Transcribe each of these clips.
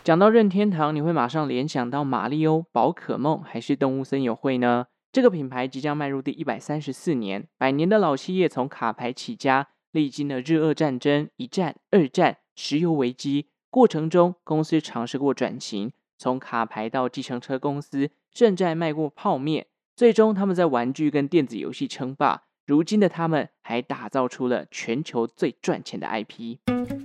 讲到任天堂，你会马上联想到马里欧、宝可梦还是动物森友会呢？这个品牌即将迈入第134年，100年的老企业从卡牌起家，历经了日俄战争、一战、二战、石油危机，过程中公司尝试过转型，从卡牌到计程车公司，甚至还卖过泡面。最终他们在玩具跟电子游戏称霸，如今的他们还打造出了全球最赚钱的 IP。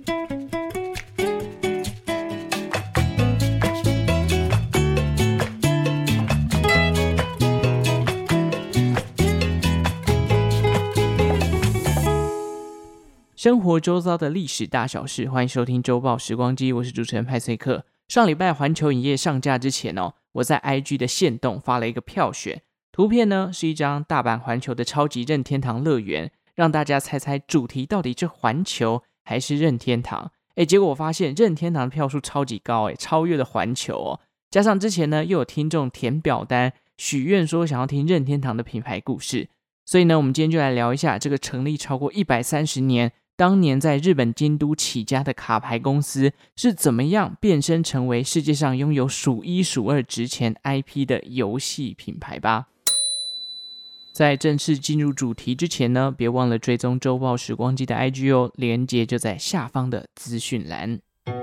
生活周遭的历史大小事，欢迎收听周报时光机，我是主持人派翠克。上礼拜环球影业上架之前我在 IG 的限动发了一个票选，图片呢是一张大阪环球的超级任天堂乐园，让大家猜猜主题到底是环球还是任天堂。结果我发现任天堂的票数超级高，超越了环球加上之前呢又有听众填表单许愿说想要听任天堂的品牌故事，所以呢我们今天就来聊一下这个成立超过130年当年在日本京都起家的卡牌公司是怎么样变身成为世界上拥有数一数二值钱 IP 的游戏品牌吧。在正式进入主题之前呢，别忘了追踪周报时光机的 IG 连结就在下方的资讯栏。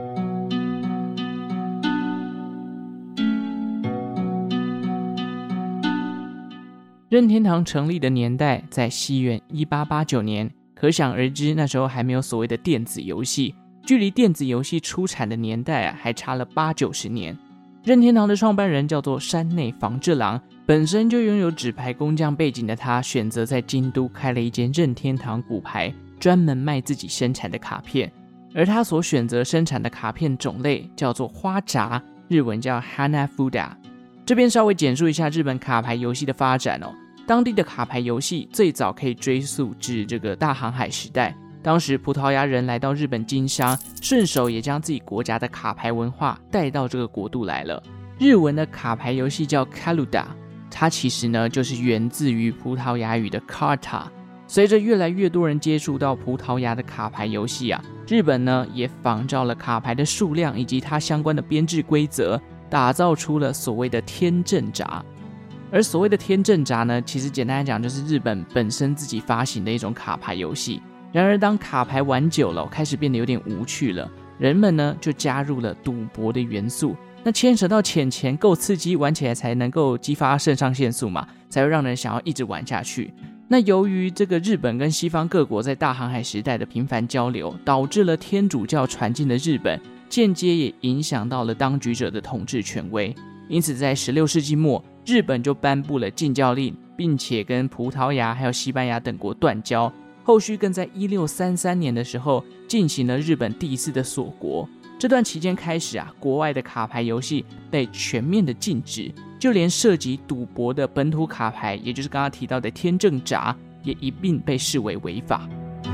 任天堂成立的年代在西元1889年，可想而知那时候还没有所谓的电子游戏，距离电子游戏出产的年代还差了80-90年。任天堂的创办人叫做山内房治郎，本身就拥有纸牌工匠背景的他，选择在京都开了一间任天堂骨牌，专门卖自己生产的卡片。而他所选择生产的卡片种类叫做花札，日文叫 Hanafuda。 这边稍微简述一下日本卡牌游戏的发展当地的卡牌游戏最早可以追溯至这个大航海时代，当时葡萄牙人来到日本经商，顺手也将自己国家的卡牌文化带到这个国度来了。日文的卡牌游戏叫 Kaluda， 它其实呢就是源自于葡萄牙语的 Carta。 随着越来越多人接触到葡萄牙的卡牌游戏日本呢也仿照了卡牌的数量以及它相关的编制规则，打造出了所谓的天正札。而所谓的天正札呢，其实简单来讲就是日本本身自己发行的一种卡牌游戏。然而当卡牌玩久了，开始变得有点无趣了，人们呢就加入了赌博的元素。那牵扯到钱够刺激，玩起来才能够激发肾上腺素嘛，才会让人想要一直玩下去。那由于这个日本跟西方各国在大航海时代的频繁交流，导致了天主教传进了日本，间接也影响到了当局者的统治权威。因此在16世纪末，日本就颁布了禁教令，并且跟葡萄牙还有西班牙等国断交。后续更在1633年的时候进行了日本第一次的锁国。这段期间开始国外的卡牌游戏被全面的禁止，就连涉及赌博的本土卡牌，也就是刚刚提到的天正札，也一并被视为违法。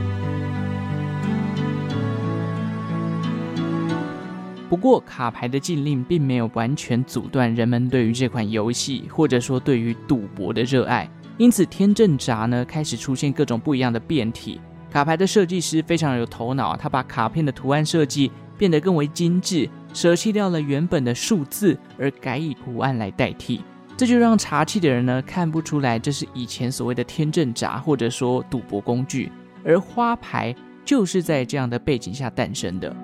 不过卡牌的禁令并没有完全阻断人们对于这款游戏或者说对于赌博的热爱，因此天正札呢开始出现各种不一样的变体。卡牌的设计师非常有头脑，他把卡片的图案设计变得更为精致，舍弃掉了原本的数字，而改以图案来代替。这就让查气的人呢看不出来这是以前所谓的天正札或者说赌博工具，而花牌就是在这样的背景下诞生的。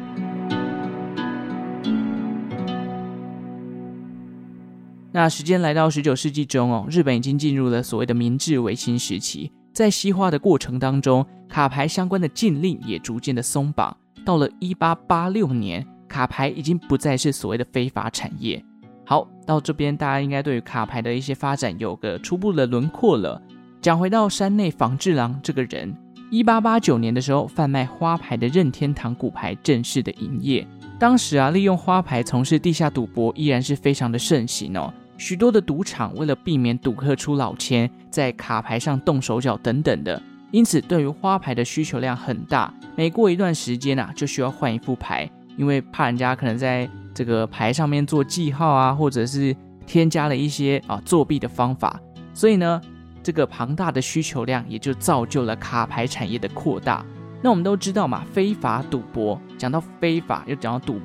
那时间来到19世纪中日本已经进入了所谓的明治维新时期。在西化的过程当中，卡牌相关的禁令也逐渐的松绑。到了1886年，卡牌已经不再是所谓的非法产业。好，到这边大家应该对于卡牌的一些发展有个初步的轮廓了。讲回到山内房治郎这个人，1889年的时候，贩卖花牌的任天堂骨牌正式的营业。当时利用花牌从事地下赌博依然是非常的盛行许多的赌场为了避免赌客出老千，在卡牌上动手脚等等的，因此对于花牌的需求量很大。每过一段时间就需要换一副牌，因为怕人家可能在这个牌上面做记号或者是添加了一些作弊的方法。所以呢，这个庞大的需求量也就造就了卡牌产业的扩大。那我们都知道嘛，非法赌博，讲到非法又讲到赌博，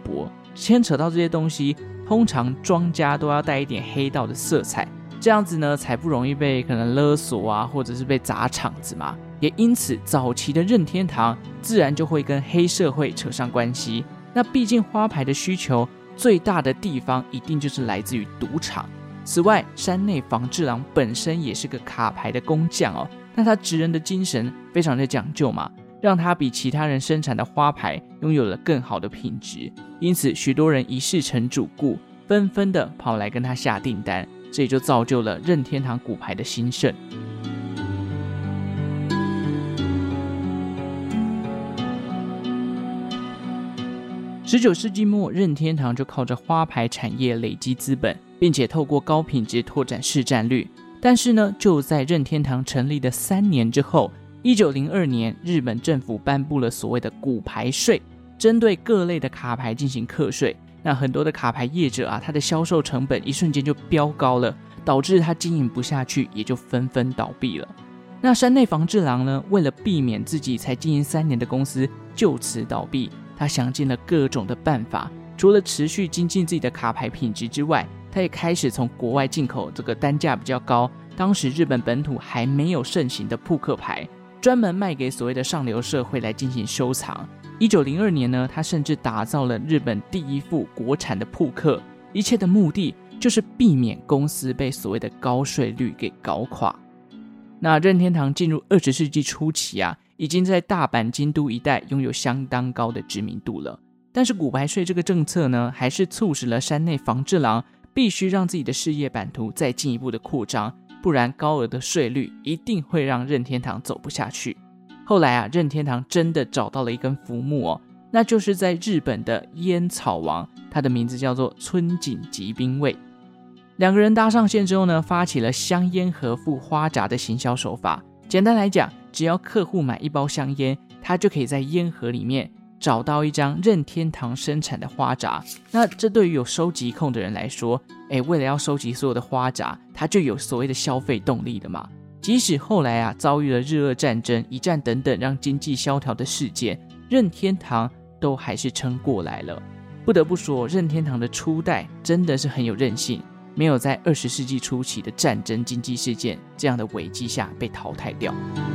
牵扯到这些东西，通常庄家都要带一点黑道的色彩，这样子呢才不容易被可能勒索啊，或者是被砸场子嘛。也因此早期的任天堂自然就会跟黑社会扯上关系。那毕竟花牌的需求最大的地方一定就是来自于赌场。此外，山内房治郎本身也是个卡牌的工匠哦，那他职人的精神非常的讲究嘛，让他比其他人生产的花牌拥有了更好的品质，因此许多人一试成主顾，纷纷的跑来跟他下订单，这也就造就了任天堂骨牌的兴盛。19世纪末，任天堂就靠着花牌产业累积资本，并且透过高品质拓展市占率。但是呢，就在任天堂成立的3年之后，1902年，日本政府颁布了所谓的骨牌税，针对各类的卡牌进行课税。那很多的卡牌业者啊，他的销售成本一瞬间就飙高了，导致他经营不下去，也就纷纷倒闭了。那山内房治郎呢，为了避免自己才经营3年的公司就此倒闭，他想尽了各种的办法，除了持续精进自己的卡牌品质之外，他也开始从国外进口这个单价比较高，当时日本本土还没有盛行的扑克牌，专门卖给所谓的上流社会来进行收藏。1902年呢，他甚至打造了日本第一副国产的扑克，一切的目的就是避免公司被所谓的高税率给搞垮。那任天堂进入20世纪初期啊，已经在大阪、京都一带拥有相当高的知名度了。但是骨牌税这个政策呢，还是促使了山内房治郎必须让自己的事业版图再进一步的扩张，不然高额的税率一定会让任天堂走不下去。后来啊，任天堂真的找到了一根浮木哦，那就是在日本的烟草王，他的名字叫做村井吉兵卫。两个人搭上线之后呢，发起了香烟盒附花札的行销手法。简单来讲，只要客户买一包香烟，他就可以在烟盒里面找到一张任天堂生产的花札。那这对于有收集控的人来说，为了要收集所有的花札，他就有所谓的消费动力的嘛。即使后来啊遭遇了日俄战争、一战等等让经济萧条的事件，任天堂都还是撑过来了。不得不说，任天堂的初代真的是很有韧性，没有在20世纪初期的战争、经济事件这样的危机下被淘汰掉。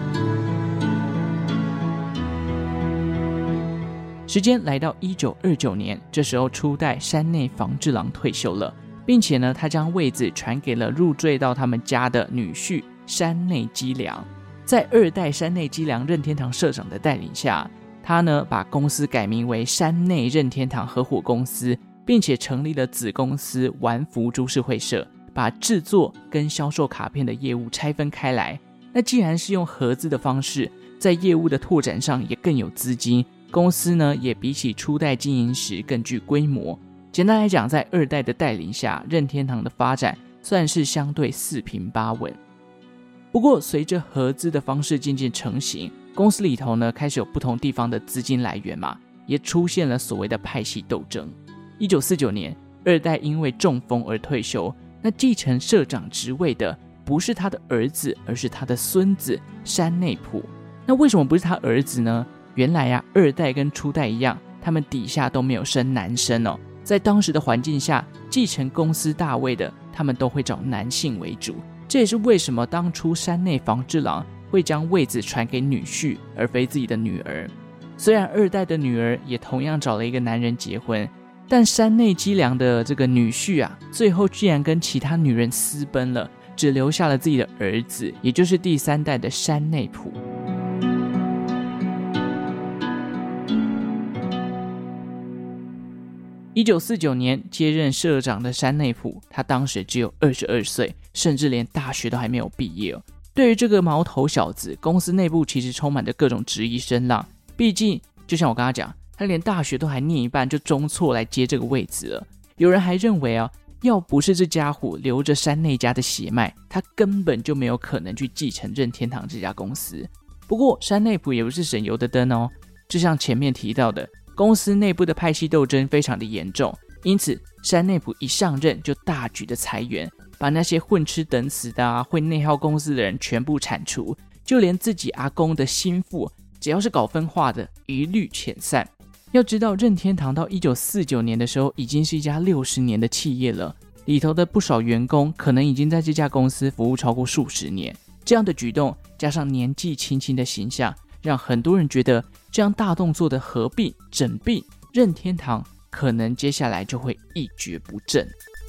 时间来到1929年，这时候初代山内房治郎退休了，并且呢，他将位子传给了入赘到他们家的女婿山内基良。在2代山内基良任天堂社长的带领下，他呢把公司改名为山内任天堂合伙公司，并且成立了子公司丸福株式会社，把制作跟销售卡片的业务拆分开来。那既然是用合资的方式，在业务的拓展上也更有资金，公司呢也比起初代经营时更具规模。简单来讲，在2代的带领下，任天堂的发展算是相对四平八稳。不过随着合资的方式渐渐成型，公司里头呢开始有不同地方的资金来源嘛，也出现了所谓的派系斗争。1949年，2代因为中风而退休，那继承社长职位的不是他的儿子，而是他的孙子山内溥。那为什么不是他儿子呢？原来啊，2代跟初代一样，他们底下都没有生男生哦。在当时的环境下，继承公司大位的，他们都会找男性为主。这也是为什么当初山内房治郎会将位子传给女婿，而非自己的女儿。虽然2代的女儿也同样找了一个男人结婚，但山内基良的这个女婿啊，最后居然跟其他女人私奔了，只留下了自己的儿子，也就是第3代的山内溥。1949年接任社长的山内溥，他当时只有22岁，甚至连大学都还没有毕业哦。对于这个毛头小子，公司内部其实充满着各种质疑声浪。毕竟，就像我刚刚讲，他连大学都还念一半就中辍来接这个位子了。有人还认为要不是这家伙留着山内家的血脉，他根本就没有可能去继承任天堂这家公司。不过，山内溥也不是省油的灯哦，就像前面提到的，公司内部的派系斗争非常的严重，因此山内溥一上任就大举的裁员，把那些混吃等死的会内耗公司的人全部铲除，就连自己阿公的心腹，只要是搞分化的一律遣散。 要知道任天堂到1949年的时候已经是一家60年的企业了，里头的不少员工可能已经在这家公司服务超过数十年。这样的举动加上年纪轻轻的形象，让很多人觉得这样大动作的合并整并任天堂可能接下来就会一蹶不振。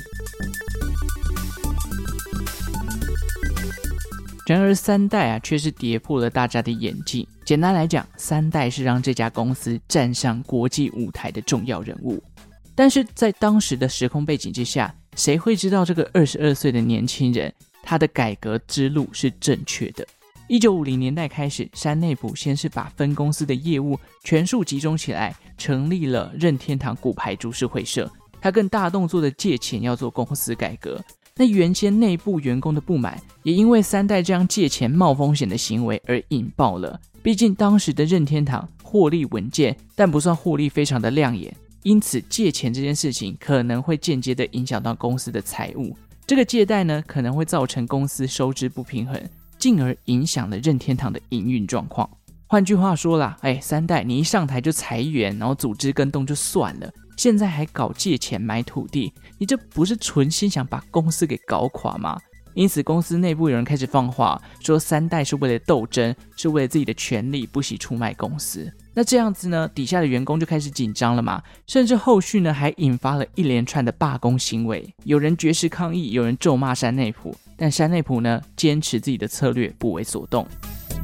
然而三代却是跌破了大家的眼镜。简单来讲，三代是让这家公司站上国际舞台的重要人物。但是在当时的时空背景之下，谁会知道这个22岁的年轻人，他的改革之路是正确的。1950年代开始，山内溥先是把分公司的业务全数集中起来，成立了任天堂骨牌株式会社。他更大动作的借钱要做公司改革。那原先内部员工的不满，也因为三代这样借钱冒风险的行为而引爆了。毕竟当时的任天堂获利稳健，但不算获利非常的亮眼，因此借钱这件事情可能会间接的影响到公司的财务。这个借贷呢，可能会造成公司收支不平衡，进而影响了任天堂的营运状况。换句话说啦，三代你一上台就裁员，然后组织更动就算了，现在还搞借钱买土地，你这不是存心想把公司给搞垮吗？因此公司内部有人开始放话，说三代是为了斗争，是为了自己的权利，不惜出卖公司。那这样子呢，底下的员工就开始紧张了嘛，甚至后续呢还引发了一连串的罢工行为，有人绝食抗议，有人咒骂山内溥，但山内溥呢坚持自己的策略，不为所动。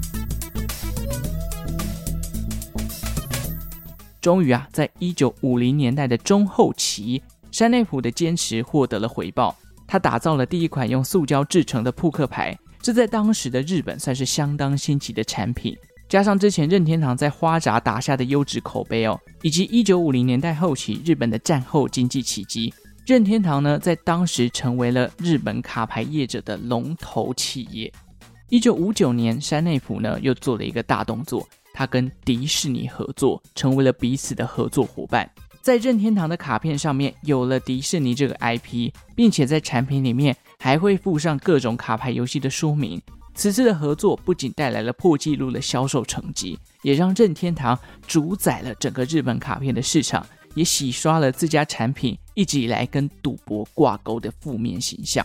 终于在1950年代的中后期，山内溥的坚持获得了回报。他打造了第一款用塑胶制成的扑克牌，这在当时的日本算是相当新奇的产品。加上之前任天堂在花札打下的优质口碑以及1950年代后期日本的战后经济奇迹，任天堂呢在当时成为了日本卡牌业者的龙头企业。1959年，山内溥呢又做了一个大动作，他跟迪士尼合作，成为了彼此的合作伙伴。在任天堂的卡片上面有了迪士尼这个 IP， 并且在产品里面还会附上各种卡牌游戏的说明。此次的合作不仅带来了破纪录的销售成绩，也让任天堂主宰了整个日本卡片的市场，也洗刷了自家产品一直以来跟赌博挂钩的负面形象。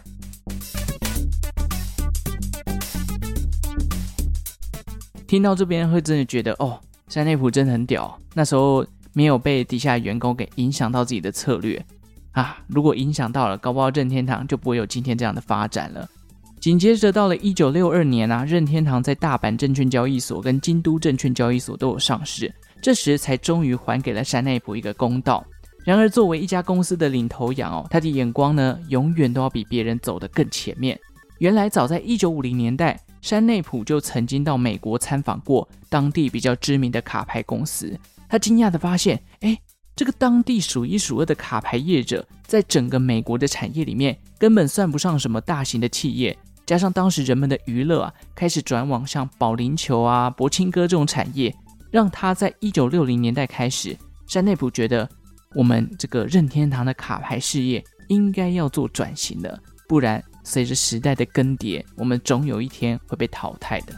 听到这边会真的觉得山内溥真的很屌，那时候没有被底下员工给影响到自己的策略如果影响到了，搞不好任天堂就不会有今天这样的发展了。紧接着到了1962年任天堂在大阪证券交易所跟京都证券交易所都有上市，这时才终于还给了山内溥一个公道。然而作为一家公司的领头羊他的眼光呢永远都要比别人走得更前面。原来早在1950年代，山内溥就曾经到美国参访过当地比较知名的卡牌公司。他惊讶地发现，这个当地数一数二的卡牌业者，在整个美国的产业里面根本算不上什么大型的企业。加上当时人们的娱乐开始转往像保龄球柏青哥这种产业，让他在1960年代开始，山内溥觉得我们这个任天堂的卡牌事业应该要做转型了，不然随着时代的更迭，我们总有一天会被淘汰的。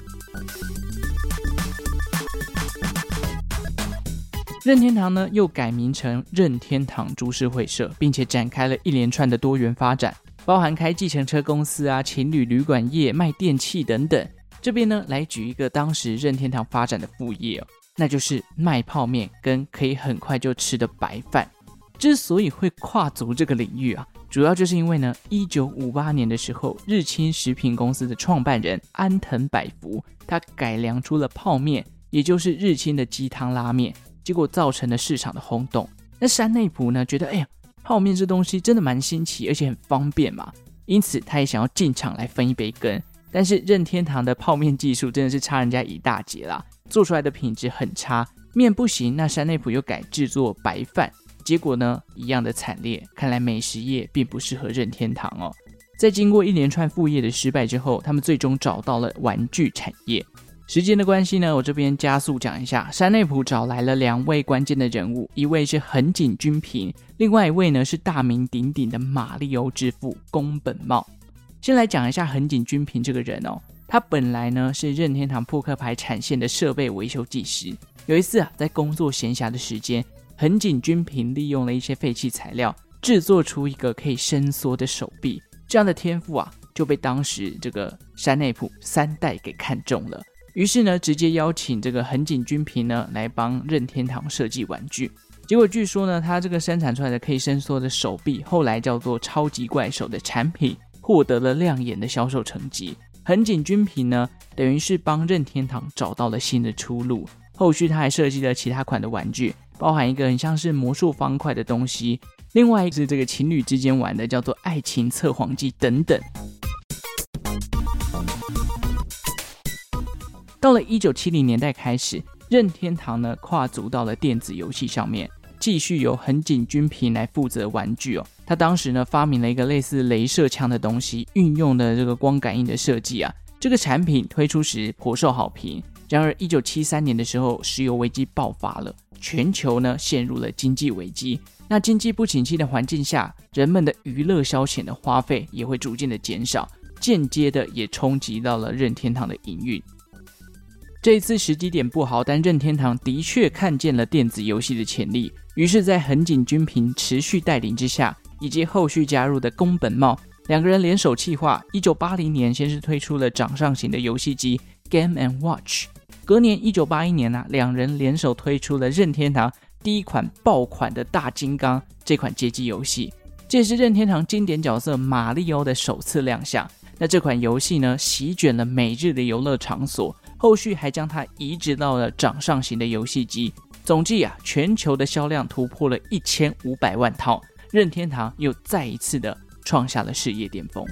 任天堂呢又改名成任天堂株式会社，并且展开了一连串的多元发展，包含开计程车公司情侣旅馆业、卖电器等等。这边呢来举一个当时任天堂发展的副业那就是卖泡面跟可以很快就吃的白饭。之所以会跨足这个领域主要就是因为呢1958年的时候，日清食品公司的创办人安藤百福，他改良出了泡面，也就是日清的鸡汤拉面，结果造成了市场的轰动。那山内溥呢觉得泡面这东西真的蛮新奇，而且很方便嘛，因此他也想要进场来分一杯羹。但是任天堂的泡面技术真的是差人家一大截啦，做出来的品质很差，面不行，那山内溥又改制作白饭，结果呢一样的惨烈。看来美食业并不适合任天堂在经过一连串副业的失败之后，他们最终找到了玩具产业。时间的关系呢，我这边加速讲一下。山内溥找来了2位关键的人物，一位是横井军平，另外一位呢是大名鼎鼎的马里欧之父宫本茂。先来讲一下横井军平这个人他本来呢是任天堂扑克牌产线的设备维修技师。有一次在工作闲暇的时间， 横井军平利用了一些废弃材料制作出一个可以伸缩的手臂，这样的天赋啊就被当时这个山内溥3代给看中了，于是呢直接邀请这个横井军平呢来帮任天堂设计玩具。结果据说呢，他这个生产出来的可以伸缩的手臂，后来叫做超级怪手的产品，获得了亮眼的销售成绩。横井军平呢，等于是帮任天堂找到了新的出路。后续他还设计了其他款的玩具，包含一个很像是魔术方块的东西，另外一个是这个情侣之间玩的，叫做爱情测谎机等等。到了1970年代开始，任天堂呢跨足到了电子游戏上面，继续由横井军平来负责玩具哦。他当时呢发明了一个类似雷射枪的东西，运用的这个光感应的设计啊，这个产品推出时颇受好评。然而1973年的时候，石油危机爆发了，全球呢陷入了经济危机。那经济不景气的环境下，人们的娱乐消遣的花费也会逐渐的减少，间接的也冲击到了任天堂的营运。这一次时机点不好，但任天堂的确看见了电子游戏的潜力，于是在横井军平持续带领之下，以及后续加入的宫本茂两个人联手企划，1980年先是推出了掌上型的游戏机 Game & Watch， 隔年1981年两人联手推出了任天堂第一款爆款的大金刚这款街机游戏，这也是任天堂经典角色马里奥的首次亮相。那这款游戏呢，席卷了每日的游乐场所，后续还将它移植到了掌上型的游戏机，总计全球的销量突破了1500万套，任天堂又再一次的创下了事业巅峰。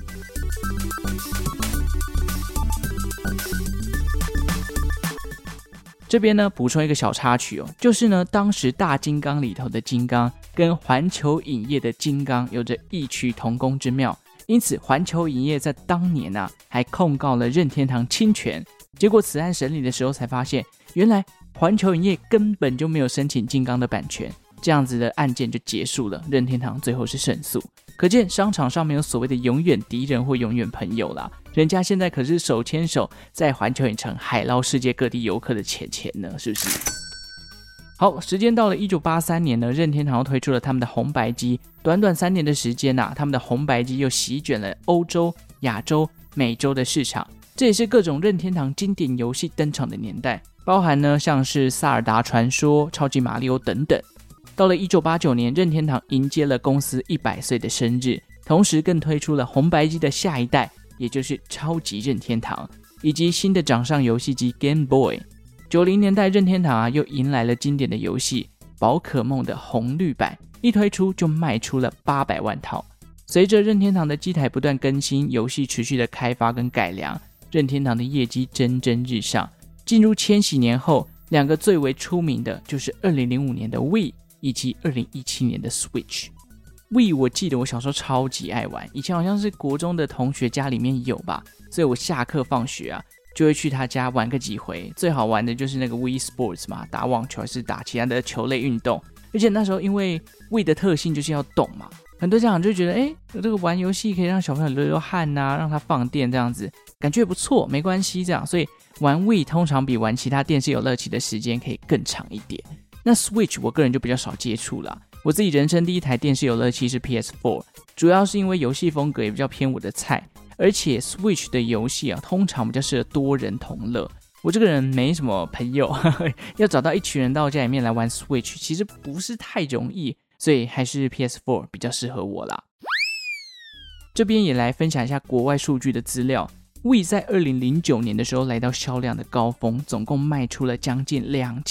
这边呢补充一个小插曲哦，就是呢当时大金刚里头的金刚跟环球影业的金刚有着异曲同工之妙，因此环球影业在当年还控告了任天堂侵权。结果此案审理的时候才发现，原来环球影业根本就没有申请金刚的版权，这样子的案件就结束了，任天堂最后是胜诉。可见商场上没有所谓的永远敌人或永远朋友啦，人家现在可是手牵手在环球影城海捞世界各地游客的钱呢，是不是？好，时间到了1983年呢，任天堂又推出了他们的红白机，短短3年的时间他们的红白机又席卷了欧洲、亚洲、美洲的市场，这也是各种任天堂经典游戏登场的年代，包含呢像是萨尔达传说、超级马里奥等等。到了1989年，任天堂迎接了公司100岁的生日，同时更推出了红白机的下一代，也就是超级任天堂，以及新的掌上游戏机 Game Boy。90年代，任天堂又迎来了经典的游戏宝可梦的红绿版，一推出就卖出了800万套。随着任天堂的机台不断更新，游戏持续的开发跟改良，任天堂的业绩蒸蒸日上。进入千禧年后，两个最为出名的就是2005年的 Wii 以及2017年的 Switch。Wii 我记得我小时候超级爱玩，以前好像是国中的同学家里面有吧，所以我下课放学就会去他家玩个几回。最好玩的就是那个 Wii Sports 嘛，打网球还是打其他的球类运动。而且那时候因为 Wii 的特性就是要动嘛，很多家长就觉得这个玩游戏可以让小朋友流流汗让他放电这样子，感觉也不错，没关系这样，所以玩 Wii 通常比玩其他电视游乐器的时间可以更长一点。那 Switch 我个人就比较少接触啦，我自己人生第一台电视游乐器是 PS4， 主要是因为游戏风格也比较偏我的菜，而且 Switch 的游戏通常比较适合多人同乐。我这个人没什么朋友要找到一群人到家里面来玩 Switch 其实不是太容易，所以还是 PS4 比较适合我啦。这边也来分享一下国外数据的资料。Wii 在2009年的时候来到销量的高峰，总共卖出了将近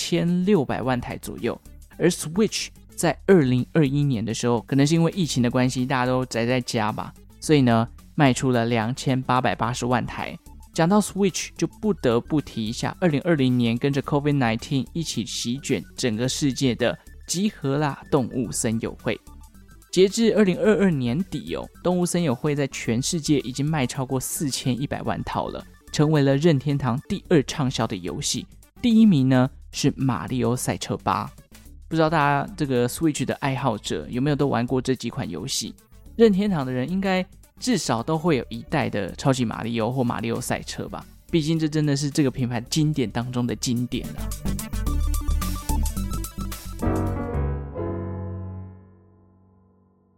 2600万台左右。而 Switch 在2021年的时候，可能是因为疫情的关系，大家都宅在家吧，所以呢卖出了2880万台。讲到 Switch 就不得不提一下2020年跟着 COVID-19 一起席卷整个世界的集合啦动物森友会。截至2022年底动物森友会在全世界已经卖超过4100万套了，成为了任天堂第2畅销的游戏。第1名呢是马里奥赛车8。不知道大家这个 Switch 的爱好者有没有都玩过这几款游戏？任天堂的人应该至少都会有一代的超级马里奥或马里奥赛车吧，毕竟这真的是这个品牌经典当中的经典了。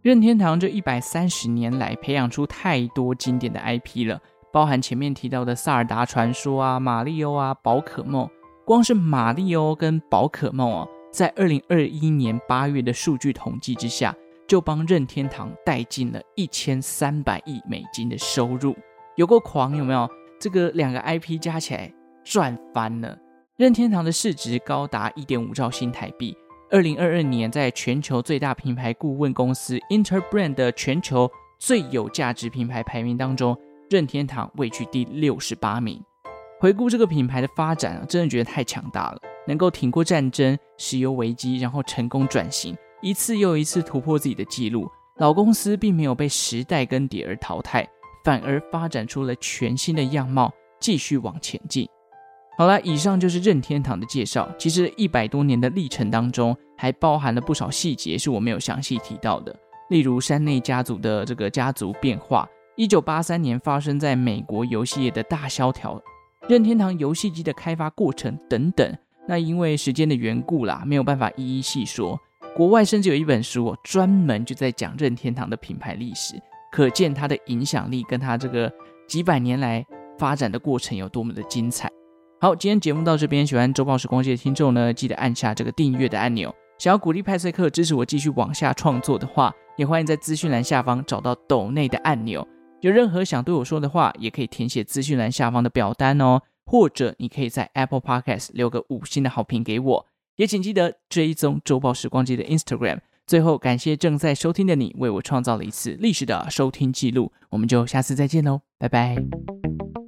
任天堂这130年来培养出太多经典的 IP 了，包含前面提到的萨尔达传说啊、马里欧啊、宝可梦。光是马里欧跟宝可梦在2021年8月的数据统计之下，就帮任天堂带进了1300亿美金的收入，有够狂有没有？这个2个 IP 加起来赚翻了。任天堂的市值高达 1.5 兆新台币。2022年在全球最大品牌顾问公司 Interbrand 的全球最有价值品牌排名当中，任天堂位居第68名。回顾这个品牌的发展真的觉得太强大了，能够挺过战争、石油危机，然后成功转型，一次又一次突破自己的纪录。老公司并没有被时代更迭而淘汰，反而发展出了全新的样貌，继续往前进。好了，以上就是任天堂的介绍。其实100多年的历程当中，还包含了不少细节是我没有详细提到的，例如山内家族的这个家族变化，1983年发生在美国游戏业的大萧条，任天堂游戏机的开发过程等等。那因为时间的缘故啦，没有办法一一细说。国外甚至有一本书专门就在讲任天堂的品牌历史，可见它的影响力跟它这个几百年来发展的过程有多么的精彩。好，今天节目到这边，喜欢周报时光机的听众呢，记得按下这个订阅的按钮。想要鼓励派翠克支持我继续往下创作的话，也欢迎在资讯栏下方找到抖内的按钮。有任何想对我说的话，也可以填写资讯栏下方的表单哦，或者你可以在 Apple Podcast 留个5星的好评给我。也请记得追踪周报时光机的 Instagram。最后感谢正在收听的你，为我创造了一次历史的收听记录。我们就下次再见喽，拜拜。